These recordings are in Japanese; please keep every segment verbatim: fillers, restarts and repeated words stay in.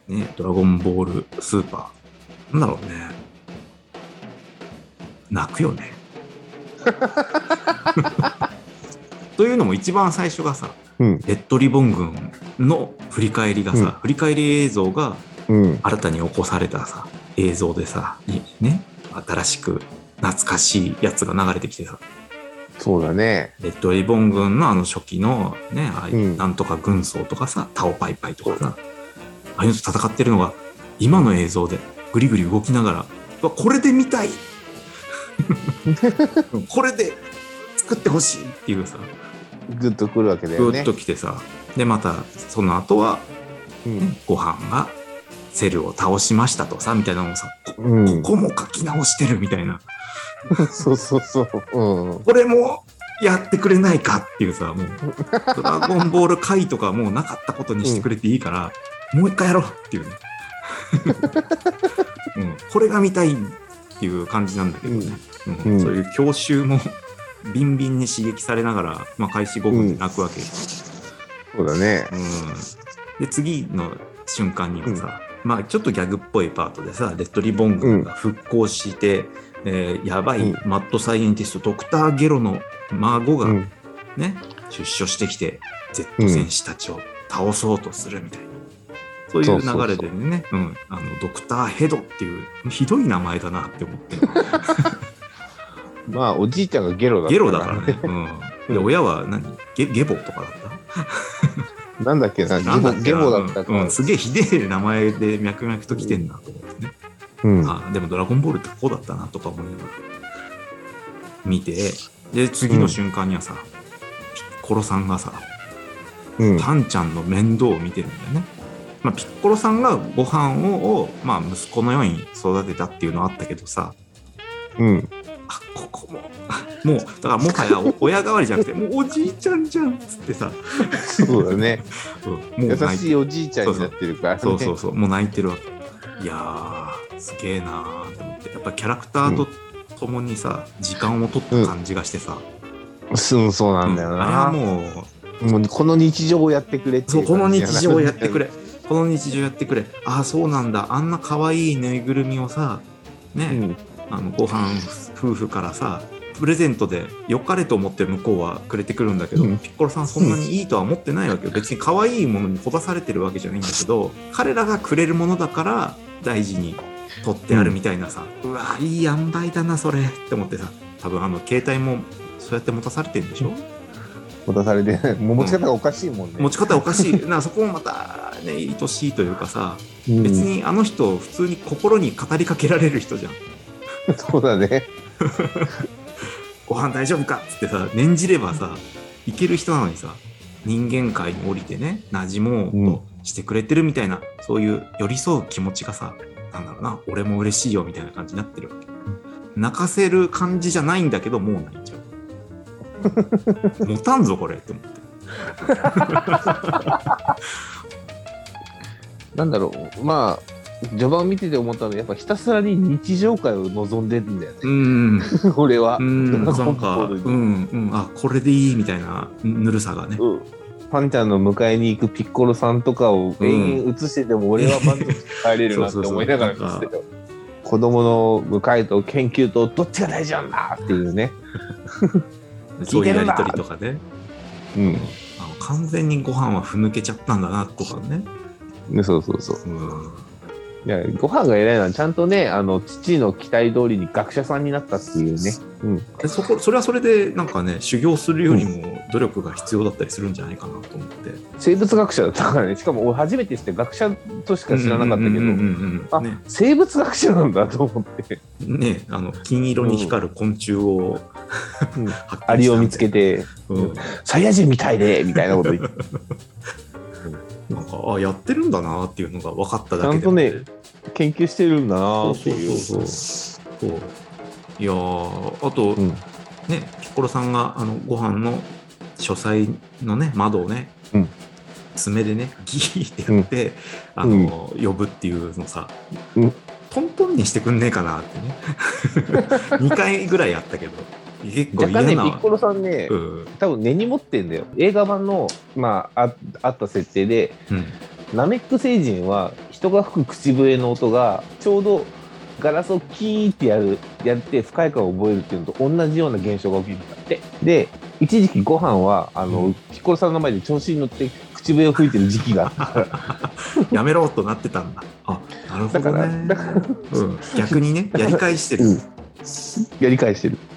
ね、ドラゴンボールスーパー。なんだろうね。泣くよね。というのも一番最初がさ、うん、レッドリボン軍の振り返りがさ、うん、振り返り映像が新たに起こされたさ、映像でさ、ね、新しく懐かしいやつが流れてきてさ、 そうだね。 レッドリボン軍のあの初期のね、ああいうなんとか軍曹とかさ、タオパイパイとかさ、ああいうのと戦ってるのが今の映像でグリグリ動きながら、これで見たいこれで作ってほしいっていうさ、 グッとくるわけだよね。 グッときてさ、でまたその後は、うん、ご飯がセルを倒しましたとさみたいなのをさ、うん、ここも書き直してるみたいなそうそうそう、うん、 これもやってくれないかっていうさ、もうドラゴンボール回とかもうなかったことにしてくれていいから、うん、もう一回やろうっていうね、うん、これが見たいっていう感じなんだけどね、うんうん、そういう郷愁もビンビンに刺激されながら、まあ、開始ごふんで泣くわけよ、 うん、そうだね、 うん、で次の瞬間にはさ、うん、まあちょっとギャグっぽいパートでさ、レッドリボン軍が復興して、うんえー、やばいマッドサイエンティスト、うん、ドクターゲロの孫がね、うん、出所してきて Z 戦士たちを倒そうとするみたいな、うん、そういう流れでね、うん、あのドクターヘドっていうひどい名前だなって思ってまあおじいちゃんがゲロだったゲロだからね、うん、で親は何 ゲ, ゲボとかだったなんだっけな、 なんだっけな、 ゲボだったか、 うんうん、すげえひでえ名前で脈々と来てんなと思ってね、うん、あでもドラゴンボールってこうだったなとか思いながら見て、で次の瞬間にはさ、うん、ピッコロさんがさ、うん、パンちゃんの面倒を見てるんだよね、まあ、ピッコロさんがご飯を、を、まあ、息子のように育てたっていうのはあったけどさ、うん、あここももうだからもはや親代わりじゃなくてもうおじいちゃんじゃんっつってさそうだね、 うん、 もう優しいおじいちゃんになってるからね、 そうそうそうそう、もう泣いてるわけ。いやーすげえなーと思って、やっぱキャラクターと共にさ、うん、時間を取った感じがしてさ、 うん、そうなんだよな、うん、 あれはもうもうこの日常をやってくれっていう、 そうこの日常をやってくれこの日常やってくれ、ああそうなんだ、あんな可愛いぬいぐるみをさね、うん、あのご飯夫婦からさプレゼントで良かれと思って向こうはくれてくるんだけど、うん、ピッコロさんそんなにいいとは思ってないわけよ、別に可愛いものにこだされてるわけじゃないんだけど、彼らがくれるものだから大事に取ってあるみたいなさ、うん、うわいい塩梅だなそれって思ってさ、多分あの携帯もそうやって持たされてるんでしょ、 持たされてもう持ち方がおかしいもんね、 うん、持ち方おかしいなそこもまたね愛しいというかさ、うん、別にあの人普通に心に語りかけられる人じゃんそうだねご飯大丈夫かっつってさ念じればさいける人なのにさ、人間界に降りてね馴染もうとしてくれてるみたいな、うん、そういう寄り添う気持ちがさ、なんだろうな、俺も嬉しいよみたいな感じになってるわけ。泣かせる感じじゃないんだけどもう泣いちゃう持たんぞこれって思ってなんだろう、まあ序盤見てて思ったのはやっぱひたすらに日常会を望んでるんだよね。うん俺は。 うんなんかうんうんあこれでいいみたいなぬるさがね。うん、 パンちゃんの迎えに行くピッコロさんとかを延々映してても俺は満足して帰れるなって思いながら見てて、子供の迎えと研究とどっちが大事なんだっていうね。 そういうやりとりとかね。うん。あの完全にご飯はふぬけちゃったんだなとかね。 そうそうそう。うんいやご飯が偉いのはちゃんとねあの父の期待通りに学者さんになったっていうね、 うん、でそこそれはそれでなんかね修行するよりも努力が必要だったりするんじゃないかなと思って、 生物学者だったからね、しかも俺初めて知って学者としか知らなかったけど、あ、ね、生物学者なんだと思ってね、あの金色に光る昆虫を、 うん、アリを見つけて、うん、サイヤ人みたいでみたいなこと言ってなんかあやってるんだなっていうのが分かっただけで、 ちゃんとね研究してるんだなっていう。そうそうそうそう。 いやあと、うん、ねピッコロさんがあのご飯の書斎のね窓をね、うん、爪でねギーってやって、うん、あの、うん、呼ぶっていうのさ、うん、トントンにしてくんねえかなってねにかいぐらいやったけど。結構若干ねピッコロさんね、うん、多分根に持ってんだよ。映画版の、まあ、あ, あった設定で、うん、 ナメック星人は人が吹く口笛の音がちょうどガラスをキーってやるやって不快感を覚えるっていうのと同じような現象が起きるんだって。で一時期ご飯はあの、うん、ピッコロさんの前で調子に乗って口笛を吹いてる時期があったからやめろとなってたんだ。あ、なるほどね。だからだから、うん、逆にねやり返してる、うん、 やり返してる。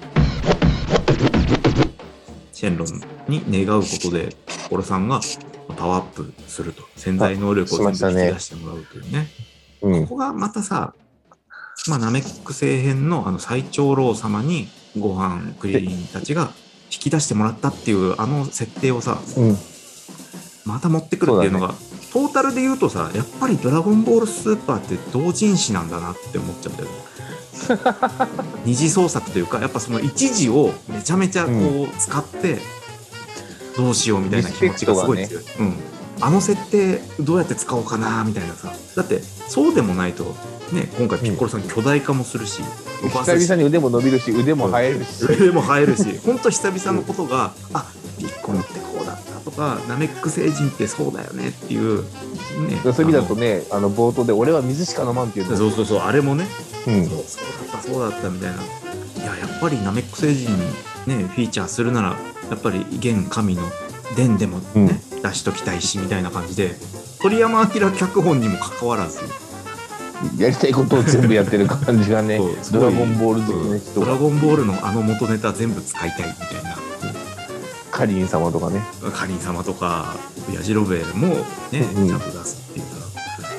シェンロンに願うことでピッコロさんがパワーアップすると、潜在能力を全部引き出してもらうというね、うん、ここがまたさ、まあ、ナメック星編のあの最長老様にご飯クリリンたちが引き出してもらったっていうあの設定をさ、うん、また持ってくるっていうのが、ね、トータルで言うとさ、やっぱりドラゴンボールスーパーって同人誌なんだなって思っちゃうんだよね二次創作というか、やっぱその一次をめちゃめちゃこう使ってどうしようみたいな気持ちがすごい強い、ね、うん、あの設定どうやって使おうかなみたいなさ。だってそうでもないとね、今回ピッコロさん巨大化もするし、 うん、久々に腕も伸びるし腕も生えるし、 腕も生えるしほんと久々のことが、うん、あ、ピッコロってこうだったとか、ナメック星人ってそうだよねっていう、ね、 そういう意味だとね、あの冒頭で俺は水しか飲まんっていうの、 そうそうそう、あれもね、うん、そう、そうだったそうだったみたいな。いや、やっぱりナメック星人ねフィーチャーするならやっぱり現神の伝でもね、うん、出しときたいしみたいな感じで、鳥山明脚本にもかかわらずやりたいことを全部やってる感じがねドラゴンボール好きな人が、ドラゴンボールのあの元ネタ全部使いたいみたいな、 カリン様とかね、 カリン様とかヤジロベエルもね、うん、ちゃんと出すっていうか、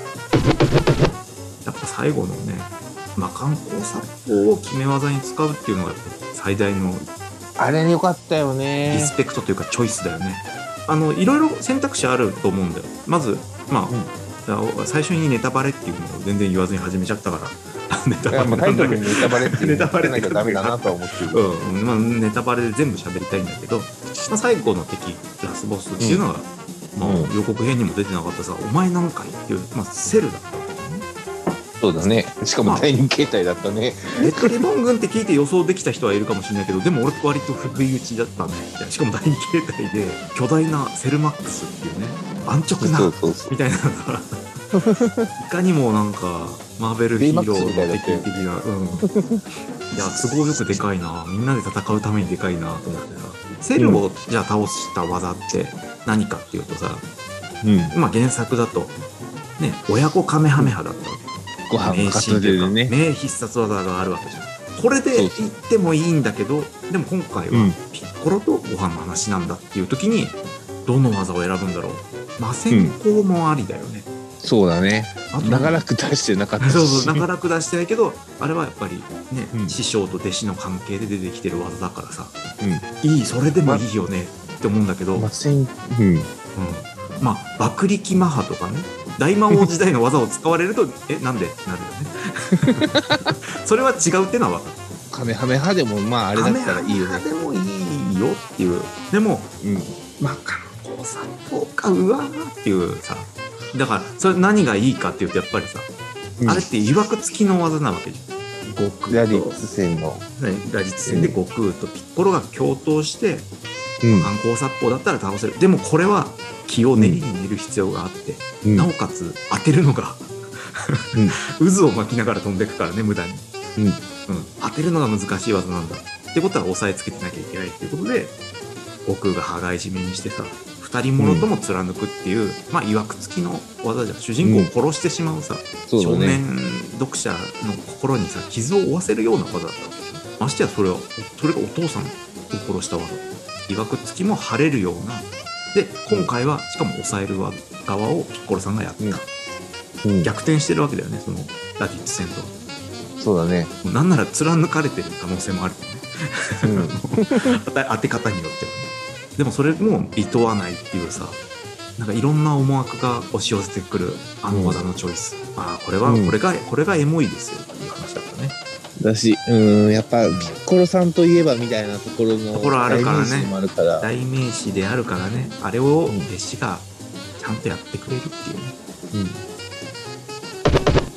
やっぱ最後のね魔漢光殺法を決め技に使うっていうのが最大のあれに良かったよね、 リスペクトというかチョイスだよね。あのいろいろ選択肢あると思うんだよ。まずまあ、うん、最初にネタバレっていうのを全然言わずに始めちゃったからネタバレなんだけど、タイトルにネタバレって言ってなきゃダメだなとは思ってる、うん、まあ、ネタバレで全部喋りたいんだけど、まあ、最後の敵ラスボスっていうのが、うん、まあ、予告編にも出てなかったさ、お前なんかいっていう、まあ、セルだったわけだよね。 そうだね。しかも第二形態だったね。 レッドリボン軍って聞いて予想できた人はいるかもしれないけど、でも俺割と不意打ちだったね。しかも第二形態で巨大なセルマックスっていうね、安直なそうそうそうみたいなのがいかにもなんかマーベルヒーローの敵的な、うん、いや都合よくでかいな、みんなで戦うためにでかいなと思ってさ、セルをじゃあ倒した技って何かっていうとさ、うん、まあ原作だとね、親子カメハメハだったわけ。 ご飯を片手でね、 名必殺技があるわけじゃん。これで言ってもいいんだけど、でも今回はピッコロとご飯の話なんだっていう時にどの技を選ぶんだろう。魔戦法もありだよね、 うん、そうだね。長らく出してなかったし、 そうそう、長らく出してないけど、あれはやっぱりね、うん、師匠と弟子の関係で出てきてる技だからさ、うん、いい、それでもいいよねって思うんだけど、 魔戦、うん、うん、 まあ爆力マハとかね、大魔王時代の技を使われるとえなんでなるよねそれは違うってのは分かる。 カメハメハでもまああれだったらいいよね。 カメハメハでもいいよっていう。でも、うん、まあ観光殺法かうわーっていうさ、だからそれ何がいいかっていうとやっぱりさ、うん、あれって曰く付きの技なわけじゃん。悟空とラディツ戦の、 ね、ラディツ戦で悟空とピッコロが共闘して、うん、観光殺法だったら倒せる。でもこれは気を練りに練る必要があって、うん、なおかつ当てるのが渦を巻きながら飛んでいくからね、無駄に、うんうん、当てるのが難しい技なんだってことは押さえつけてなきゃいけないっていうことで、悟空が羽交い締めにしてさ、二人者とも貫くっていう、うん、まあ曰く付きの技じゃん。主人公を殺してしまうさ、うん、少年読者の心にさ傷を負わせるような技だったわけじゃん。ましてやそれはそれがお父さんを殺した技、曰く付きも晴れるようなで、今回はしかも抑える側をピッコロさんがやった、うん、逆転してるわけだよね、そのラディッツ戦と。 そうだね。 なんなら貫かれてる可能性もあるよね、うん、当て方によってはね。でもそれも厭わないっていうさ、なんかいろんな思惑が押し寄せてくるあの技のチョイス、うん、ああこれは、うん、これがこれがエモいですよっていう話だったね。 だし、うん、やっぱピッコロさんといえばみたいなところの代名詞もあるから、 代名詞であるからね、あれを弟子がちゃんとやってくれるっていうね、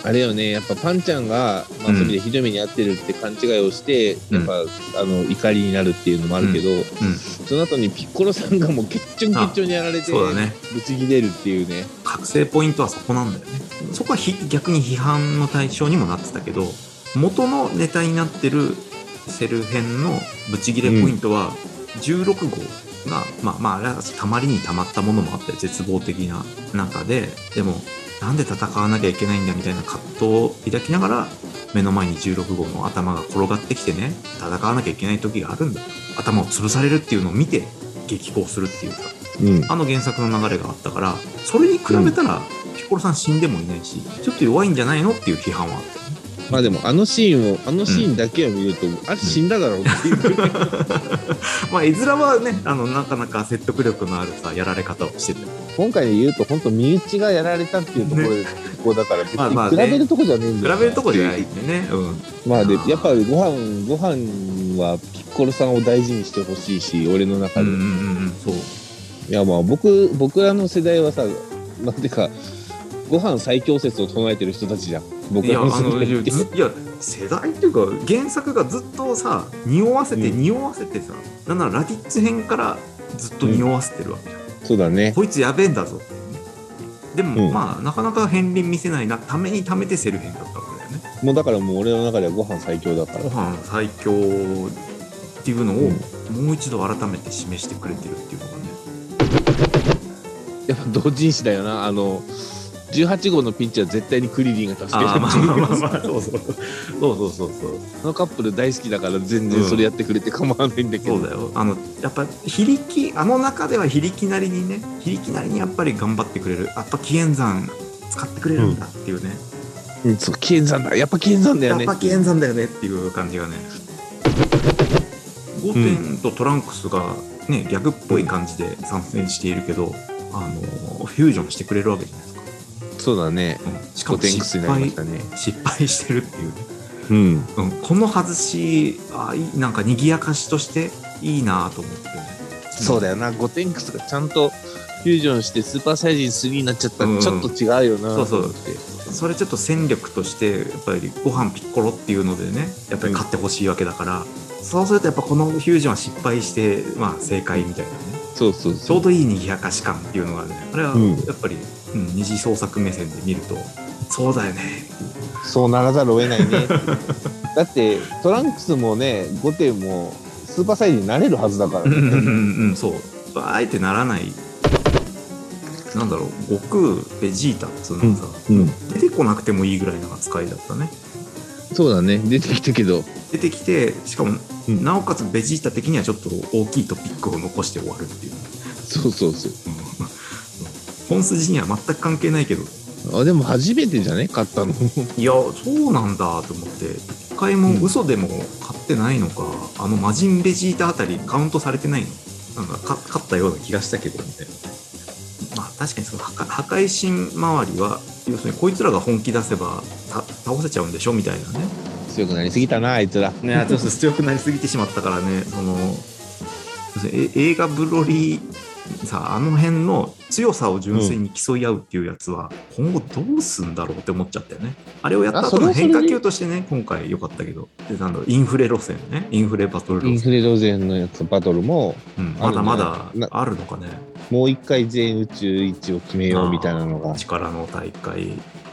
あれよね、やっぱパンちゃんが、まあ、そういう意味でひどい目に遭ってるって勘違いをして、うん、やっぱあの怒りになるっていうのもあるけど、うんうん、その後にピッコロさんがもうケッチョンケッチョンにやられてぶち切れるっていうね。 覚醒ポイントはそこなんだよね。そこは逆に批判の対象にもなってたけど、元のネタになってるセル編のブチギレポイントはじゅうろくごうが、うん、まあまああれはたまりにたまったものもあったり絶望的な中で、でもなんで戦わなきゃいけないんだみたいな葛藤を抱きながら目の前にじゅうろくごうの頭が転がってきてね、戦わなきゃいけない時があるんだ、頭を潰されるっていうのを見て激高するっていうか、うん、あの原作の流れがあったから、それに比べたらピッコロさん死んでもいないしちょっと弱いんじゃないのっていう批判はあったよね。 まあでもあのシーンをあのシーンだけを見ると、うん、あれ死んだだろうっていう、うん、 まあ絵面はね、あのなかなか説得力のあるさやられ方をしてて、 今回で言うと本当身内がやられたっていうところで、ね、ここだから別に比べるとこじゃねえんだよ、 ね、比べるとこじゃないんでね、うん、 まあでやっぱりご飯ご飯はピッコロさんを大事にしてほしいし、俺の中で、うんうんうん、そういやまあ僕僕らの世代はさ、なんてかご飯最強説を唱えてる人たちじゃん。僕らの世代って。 いや世代っていうか原作がずっとさ匂わせて匂わせてさ、うん、なんならラディッツ編からずっと匂わせてるわけじゃん、うん、 そうだね。 こいつやべえんだぞ。でも、うん、まあなかなか片鱗見せないな、ためにためてセル編だったわけだよね。 もうだからもう俺の中ではご飯最強だから。 ご飯最強っていうのをもう一度改めて示してくれてるっていうのがね。 やっぱ同人誌だよな。あのじゅうはちごうのピンチは絶対にクリリンが助けるっていう。まあまあまあそうそうそうそうそうそう。あのカップル大好きだから全然それやってくれて構わないんだけど、うん、 そうだよ。あのやっぱ非力、あの中では非力なりにね、非力なりにやっぱり頑張ってくれる、やっぱ紀元山使ってくれるんだっていうね、 うん、うん、そう紀元山だ、やっぱ紀元山だよね、 やっぱ紀元山だよねっていう感じがね。ゴテンとトランクスがね逆っぽい感じで参戦しているけど、あのフュージョンしてくれるわけじゃないですか。 そうだね、うん、しかも失敗、ね、 失敗してるっていうね、 うんうん、この外しあなんか賑やかしとしていいなと思って、ね、 そうだよな。ゴテンクスがちゃんとフュージョンしてスーパーサイジンスリーになっちゃったらちょっと違うよな、うん、そうそうってそれちょっと戦力としてやっぱりご飯ピッコロっていうのでねやっぱり勝ってほしいわけだから、うん、そうするとやっぱこのフュージョンは失敗してまあ正解みたいなね、 そうそうそう、 ちょうどいい賑やかし感っていうのがね、あれはやっぱり、うんうん、二次創作目線で見るとそうだよね、 そうならざるを得ないねだってトランクスもねゴテンもスーパーサイズになれるはずだからね、うんうんうん、そうあえてならない、なんだろう、悟空ベジータっつうのはさ、うんうん、出てこなくてもいいぐらいの扱いだったね。 そうだね、出てきたけど出てきて、しかも、うん、なおかつベジータ的にはちょっと大きいトピックを残して終わるっていう、 そうそうそう本筋には全く関係ないけど、 あでも初めてじゃね勝ったのいやそうなんだと思って、一回も嘘でも勝ってないのか、うん、あの魔人ベジータあたりカウントされてないの、なんか勝ったような気がしたけどみたいな。まあ確かにその破壊神周りは要するにこいつらが本気出せば倒せちゃうんでしょみたいなね。 強くなりすぎたなあいつらね、ちょっと強くなりすぎてしまったからね、その映画ブロリーさあの辺の強さを純粋に競い合うっていうやつは今後どうすんだろうって思っちゃったよね。あれをやった後の変化球としてね今回良かったけど、でなんだろうインフレ路線ね、インフレバトル路線、 インフレ路線のやつバトルも、 うん、まだまだあるのかね。 もう一回全宇宙一を決めようみたいなのが力の大会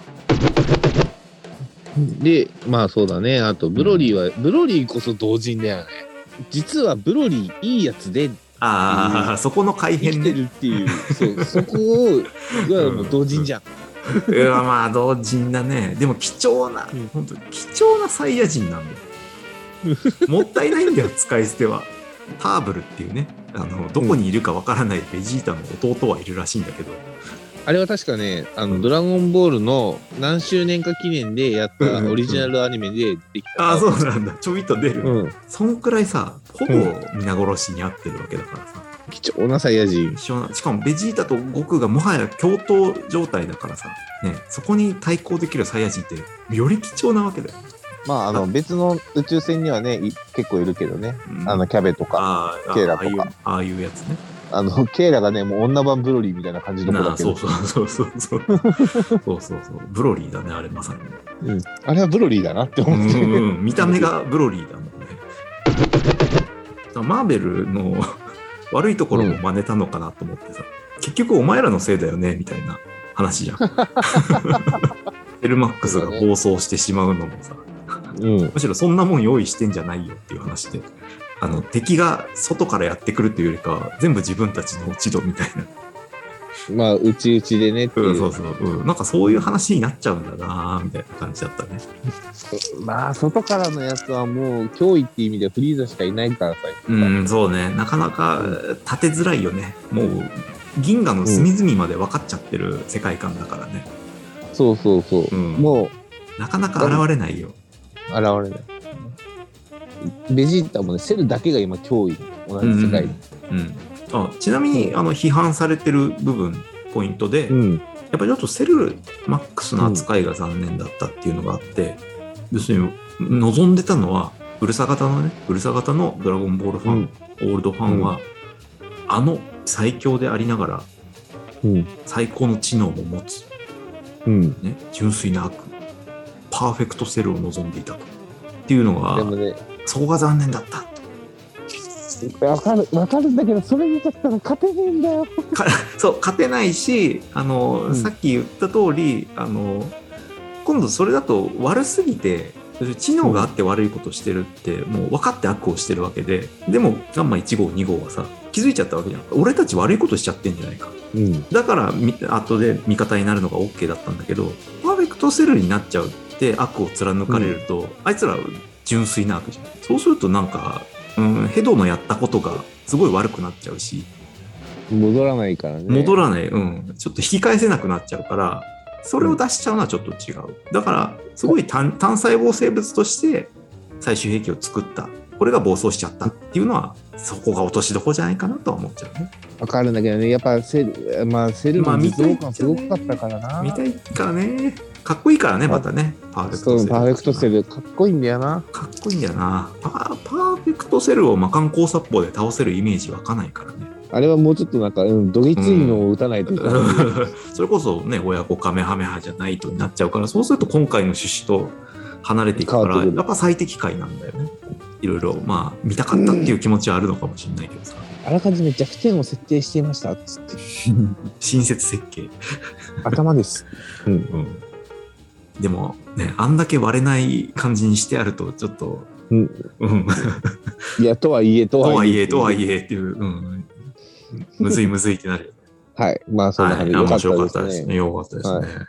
で、まあそうだね。あとブロリーは、うん、ブロリーこそ同人だよね。実はブロリーいいやつで、 ああそこの改変ね、生きてるっていう、そうそこをがもう同人じゃん。 いやまあ同人だね。でも貴重な、うん、本当に貴重なサイヤ人なんだよ。もったいないんだよ使い捨ては。ターブルっていうね、あのどこにいるかわからないベジータの弟はいるらしいんだけど。 あれは確かね、あのドラゴンボールの何周年か記念でやったオリジナルアニメでできた、 うんうんうん、ああそうなんだ、ちょびっと出る、うん、そんくらいさほぼ皆殺しに合ってるわけだからさ、 うん、貴重なサイヤ人。 しかもベジータと悟空がもはや共闘状態だからさ、ね、そこに対抗できるサイヤ人ってより貴重なわけだよ。 まあ、あの別の宇宙船にはね結構いるけどね、うん、あのキャベとかケーラとかああいうやつね、 あのケイラがねもう女版ブロリーみたいな感じの子だけど、 そうそうそうそうそうそうそうそうブロリーだねあれまさに、 うん、あれはブロリーだなって思って、 うん、うん、見た目がブロリーだもんね。マーベルの悪いところも真似たのかなと思ってさ、うん、結局お前らのせいだよねみたいな話じゃん。エルマックスが暴走してしまうのもさ、うん、むしろそんなもん用意してんじゃないよっていう話で、あの敵が外からやってくるっていうよりかは全部自分たちの落ち度みたいな、 まあうちうちでねっていう、 うん、そうそう、うん、なんかそういう話になっちゃうんだなみたいな感じだったね。 まあ外からのやつはもう脅威っていう意味でフリーザしかいないからさ、 うん、そうね、なかなか立てづらいよね。もう銀河の隅々まで分かっちゃってる世界観だからね、 うん、そうそうそう、うん、もうなかなか現れないよ。 現れない。ベジータもね、セルだけが今脅威、同じ世界に、 うんうんうん、あちなみに、うん、あの批判されてる部分ポイントで、うん、やっぱりちょっとセルマックスの扱いが残念だったっていうのがあって、うん、要するに望んでたのはウルサ型のねウルサ型のドラゴンボールファン、うん、オールドファンは、うん、あの最強でありながら、うん、最高の知能も持つ、うんね、純粋な悪パーフェクトセルを望んでいたとっていうのが、でもね、そこが残念だった。 わかる、わかるんだけど、それ見ちゃったら勝てねえんだよ。 そう、勝てないし、あの、うん、さっき言った通り、あの、今度それだと悪すぎて、知能があって悪いことしてるって、うん、もう分かって悪をしてるわけで、でも、ガンマいち号、に号はさ、気づいちゃったわけじゃん。俺たち悪いことしちゃってんじゃないか。うん、だから、後で味方になるのが OK だったんだけど、パーフェクトセルになっちゃうって悪を貫かれると、うん、あいつら純粋な悪じゃん。そうするとなんか、うん、ヘドのやったことがすごい悪くなっちゃうし、 戻らないからね。 戻らない、うん、ちょっと引き返せなくなっちゃうから、それを出しちゃうのはちょっと違う。だからすごい 単, 単細胞生物として最終兵器を作った、これが暴走しちゃったっていうのは、そこが落としどころじゃないかなとは思っちゃうね。 わかるんだけどね、やっぱセル、まあセルの実像感すごかったからな。 見たいからね。かっこいいからね、またね。 パーフェクトセル。パーフェクトセル、かっこいいんだよな。 かっこいいんだよな。パー、パーフェクトセルを魔漢光殺法で倒せるイメージ湧かないからね。 あれはもうちょっとなんか、うん、どぎついのを打たないといけない、うん、 それこそね、親子カメハメハじゃないとになっちゃうから、そうすると今回の趣旨と離れていくから、やっぱ最適解なんだよね。いろいろ、まあ、見たかったっていう気持ちはあるのかもしれないけどさ。 うん、あらかじめ弱点を設定していましたっつって。 親切設計。 頭です。うん。うんでもね、あんだけ割れない感じにしてあるとちょっと、うんうん、 いやとはいえとはいえとはいえっていう、うん、むずいむずいってなるよね。 はい、まあそんな感じで、 はい、面白かったですね。よかったですね。はい、